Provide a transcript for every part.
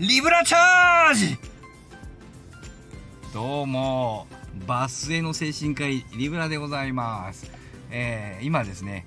リブラチャージ。どうもバスへの精神科医リブラでございます。今ですね、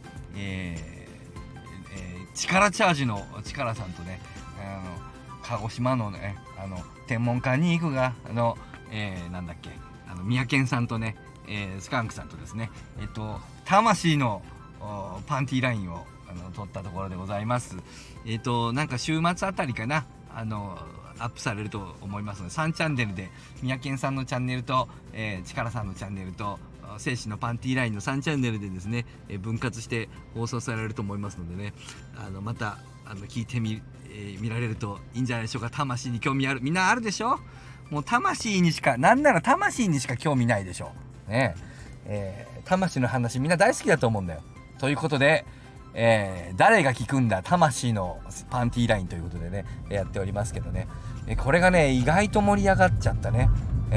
力チャージの力さんとね、鹿児島のね天文館に行くがなんだっけ三宅さんとね、スカンクさんとですね魂のパンティーラインを取ったところでございます。なんか週末あたりかなアップされると思いますので、3チャンネルで三宅さんのチャンネルと、力さんのチャンネルと精神のパンティーラインの3チャンネルでですね、分割して放送されると思いますのでね、また聞いて見られるといいんじゃないでしょうか。魂に興味あるみんなあるでしょ。もう魂にしか、なんなら魂にしか興味ないでしょね。魂の話みんな大好きだと思うんだよ。ということで、誰が聞くんだ魂のパンティーラインということでねやっておりますけどね、これがね意外と盛り上がっちゃったね。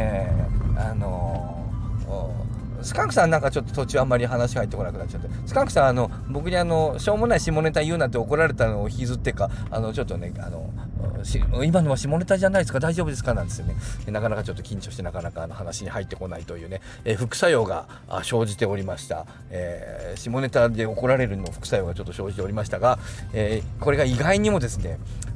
スカンクさんなんかちょっと途中あんまり話入ってこなくなっちゃって、スカンクさん僕にしょうもない下ネタ言うなって怒られたのを引きずってかちょっとね今のは下ネタじゃないですか大丈夫ですかなんですよね。なかなかちょっと緊張してなかなか話に入ってこないというね、副作用が生じておりました。下ネタで怒られるの副作用がちょっと生じておりましたが、これが意外にもですね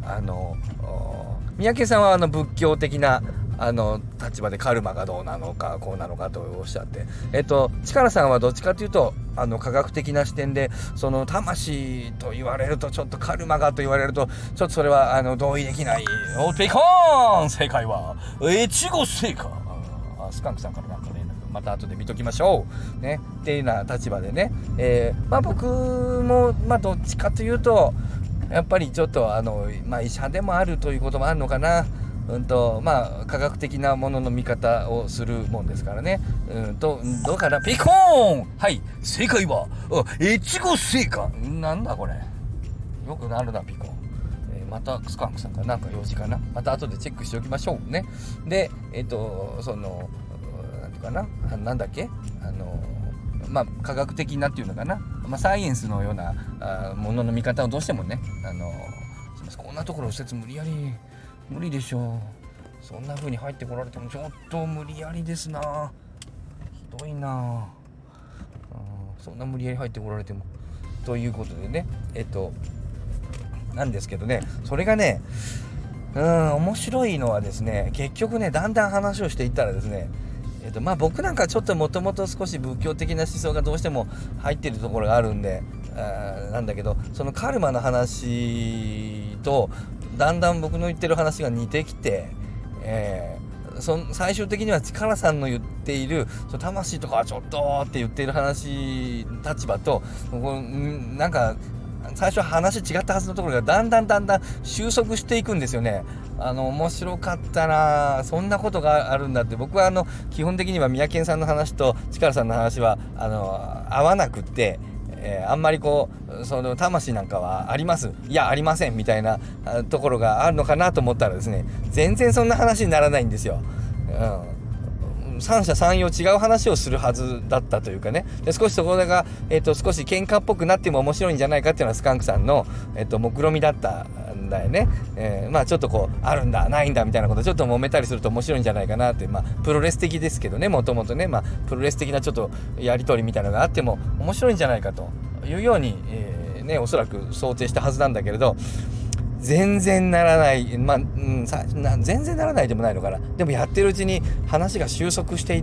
三宅さんは仏教的な立場でカルマがどうなのかこうなのかとおっしゃって、力さんはどっちかというと科学的な視点でその魂と言われるとちょっとカルマがと言われるとちょっとそれは同意できない。おっペコーン正解は越後製菓。スカンクさんからなんかねまた後で見ときましょうねっていうような立場でね、僕もどっちかというとやっぱりちょっと医者でもあるということもあるのかな。科学的なものの見方をするもんですからね。どうかな。ピコーン。はい正解は越後製菓。なんだこれよくなるなピコーン。またスカンクさんかなんか用事かな。また後でチェックしておきましょうね。でなんていうかななんだっけ科学的なっていうのかな、サイエンスのようなものの見方をどうしてもねこんなところを説無理やり無理でしょう。そんな風に入ってこられてもちょっと無理やりですな。ひどいな。そんな無理やり入ってこられてもということでねなんですけどね、それがね面白いのはですね、結局ねだんだん話をしていったらですね僕なんかちょっともともと少し仏教的な思想がどうしても入っているところがあるんでなんだけど、そのカルマの話とだんだん僕の言ってる話が似てきて、最終的には力さんの言っている魂とかはちょっとって言っている話立場となんか最初は話違ったはずのところがだんだん収束していくんですよね。面白かったな。そんなことがあるんだって。僕は基本的には三宅さんの話と力さんの話は合わなくって、あんまりその魂なんかはありますいやありませんみたいなところがあるのかなと思ったらですね、全然そんな話にならないんですよ。三者三様違う話をするはずだったというかね。で少しそこが、少し喧嘩っぽくなっても面白いんじゃないかっていうのはスカンクさんの、目論見だったんだよね。ちょっとあるんだないんだみたいなことちょっと揉めたりすると面白いんじゃないかなって、プロレス的ですけどね、もともとね、プロレス的なちょっとやり取りみたいなのがあっても面白いんじゃないかというように、おそらく想定したはずなんだけれど、全然ならない。全然ならないでもないのかな。でもやってるうちに話が収束していって、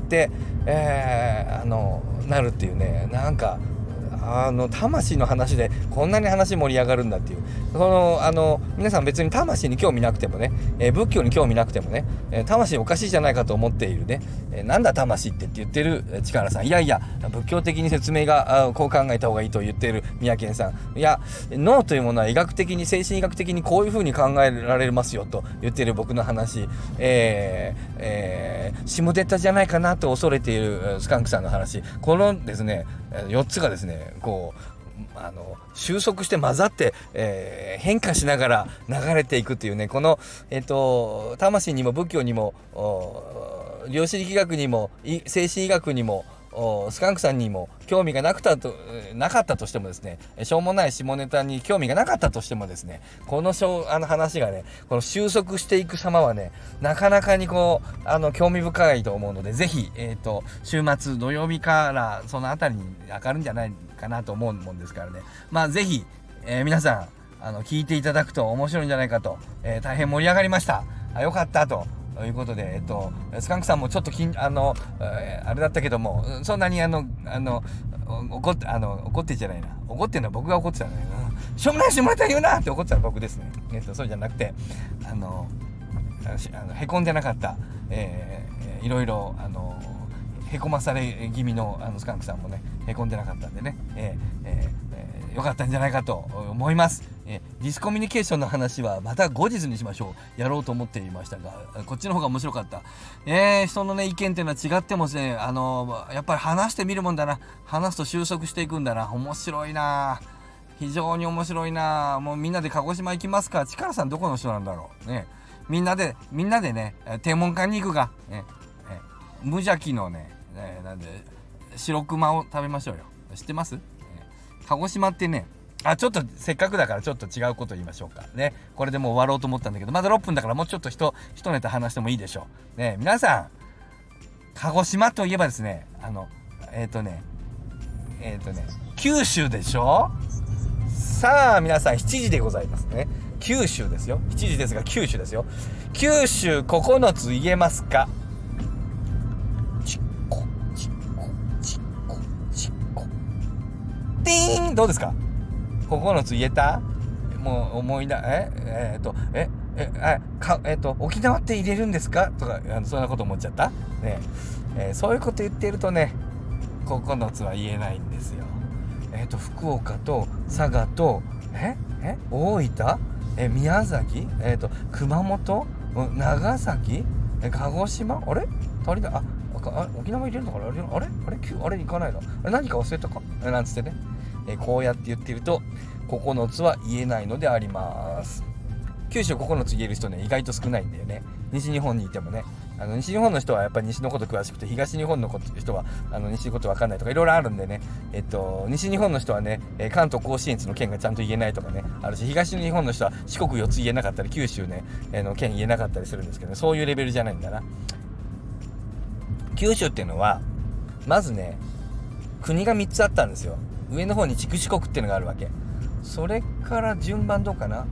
なるっていうね。なんか魂の話でこんなに話盛り上がるんだっていう、皆さん別に魂に興味なくてもね、仏教に興味なくてもね、魂おかしいじゃないかと思っているね、なんだ魂って言ってる力さん、いや仏教的に説明がこう考えた方がいいと言っている三宅さん、いや脳というものは医学的に精神医学的にこういう風に考えられますよと言っている僕の話、下ネタじゃないかなと恐れているスカンクさんの話、このですね4つがですね収束して混ざって、変化しながら流れていくっていうね、この、魂にも仏教にも量子力学にも精神医学にもスカンクさんにも興味がなかったとしてもですね、しょうもない下ネタに興味がなかったとしてもですね、この話がね、この収束していく様はね、なかなかに興味深いと思うので、ぜひ、週末土曜日からそのあたりに上がるんじゃないかなと思うもんですからね、ぜひ、皆さん聞いていただくと面白いんじゃないかと、大変盛り上がりました。よかったということで、スカンクさんもちょっとあれだったけども、そんなに怒ってじゃないな、怒ってるのは僕が怒ってたんだけど、しょうもないしまた言うなって怒ってたのは僕ですね。そうじゃなくて、へこんでなかった、いろいろへこまされ気味のスカンクさんもね、へこんでなかったんでね、よかったんじゃないかと思います。ディスコミュニケーションの話はまた後日にしましょう。やろうと思っていましたが、こっちの方が面白かった。人のね意見っていうのは違ってもね、やっぱり話してみるもんだな。話すと収束していくんだな。面白いな。非常に面白いな。もうみんなで鹿児島行きますか。力さんどこの人なんだろうね。みんなでね、天文館に行くが、無邪気のね、なんで白熊を食べましょうよ。知ってます？鹿児島ってね、ちょっとせっかくだからちょっと違うこと言いましょうかね。これでもう終わろうと思ったんだけど、まだ6分だからもうちょっと一ネタ話してもいいでしょうね。皆さん、鹿児島といえばですね、九州でしょ。さあ皆さん、7時でございますね。九州ですよ。7時ですが九州ですよ。九州9つ言えますか？どうですか？9つ言えた？もう思い出沖縄って入れるんですかとか、そんなこと思っちゃったね。そういうこと言ってるとね、9つは言えないんですよ。福岡と佐賀と大分、宮崎、熊本、長崎、鹿児島、あれ足りない。沖縄入れるのかな、あれ行かないの、何か忘れたかなんつってね、こうやって言ってると9つは言えないのであります。九州9つ言える人ね、意外と少ないんだよね。西日本にいてもね、西日本の人はやっぱり西のこと詳しくて、東日本の人は西のこと分かんないとかいろいろあるんでね、西日本の人はね、関東甲信越の県がちゃんと言えないとかねあるし、東日本の人は四国4つ言えなかったり、九州ね、の県言えなかったりするんですけど、ね、そういうレベルじゃないんだな。九州っていうのはまずね、国が3つあったんですよ。上の方に筑紫国っていうのがあるわけ。それから順番どうかな、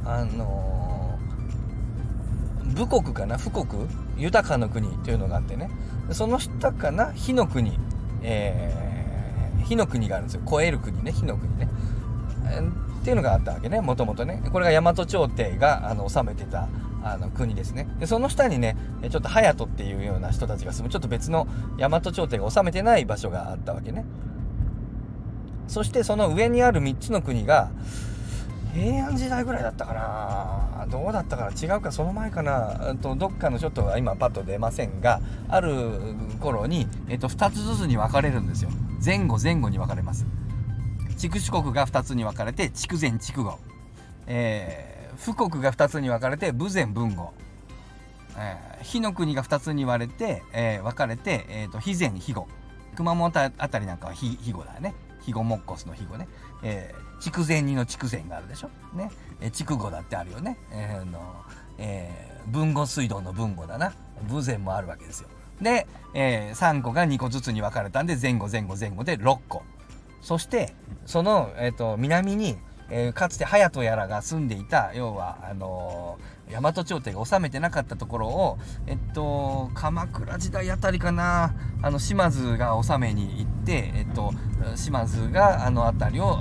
武国かな、富国、豊かの国というのがあってね、その下かな、火の国、火の国があるんですよ。超える国ね、火の国ね、っていうのがあったわけね、もともとね。これが大和朝廷が治めてた国ですね。でその下にね、ちょっと隼人っていうような人たちが住む、ちょっと別の大和朝廷が治めてない場所があったわけね。そしてその上にある3つの国が平安時代ぐらいだったかな、どうだったかな、違うかその前かな、どっかのちょっと今パッと出ませんが、ある頃に、2つずつに分かれるんですよ。前後に分かれます。筑紫国が2つに分かれて筑前筑後、富国が2つに分かれて豊前豊後、火の国が2つに分かれて、肥前肥後、熊本あたりなんかは肥後だね。肥後もっこすの肥後ね。筑前煮の筑前があるでしょね。筑後だってあるよね。豊後水道の豊後だな。豊前もあるわけですよ。で、3個が2個ずつに分かれたんで前後で6個。そしてその、南に、かつて隼人やらが住んでいた、要は大和朝廷が治めてなかったところを、鎌倉時代あたりかな、島津が治めに行って、島津が辺りを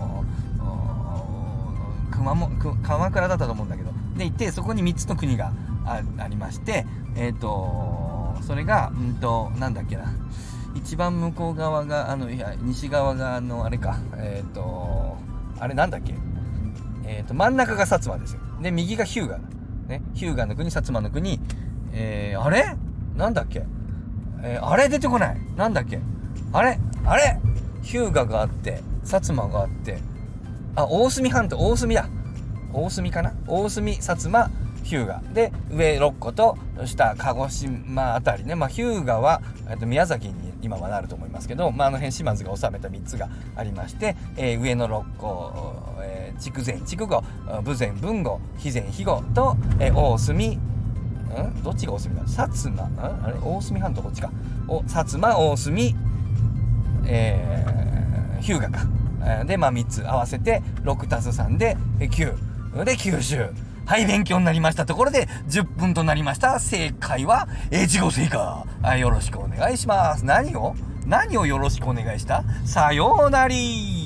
鎌倉だったと思うんだけど、で行って、そこに3つの国が ありまして、それがなんだっけな、一番向こう側が西側があれか、あれなんだっけ、真ん中が薩摩ですよ。で右が日向ね、日向の国、薩摩の国、あれなんだっけ、あれ出てこない、なんだっけ、あれ日向があって薩摩があって、大隅半島、大隅かな、大隅、薩摩、日向で上6個と下鹿児島あたりね。日向は宮崎に今はなると思いますけど、あの辺島津が治めた3つがありまして、上野六甲、筑前筑後、豊前豊後、肥前肥後と、大隅、どっちが大隅だ？薩摩、あれ大隅半島こっちか。薩摩、大隅、日向か。で、3つ合わせて 6+3 で9で九州。はい、勉強になりましたところで10分となりました。正解は越後製菓。よろしくお願いします。何をよろしくお願いした？さようなり。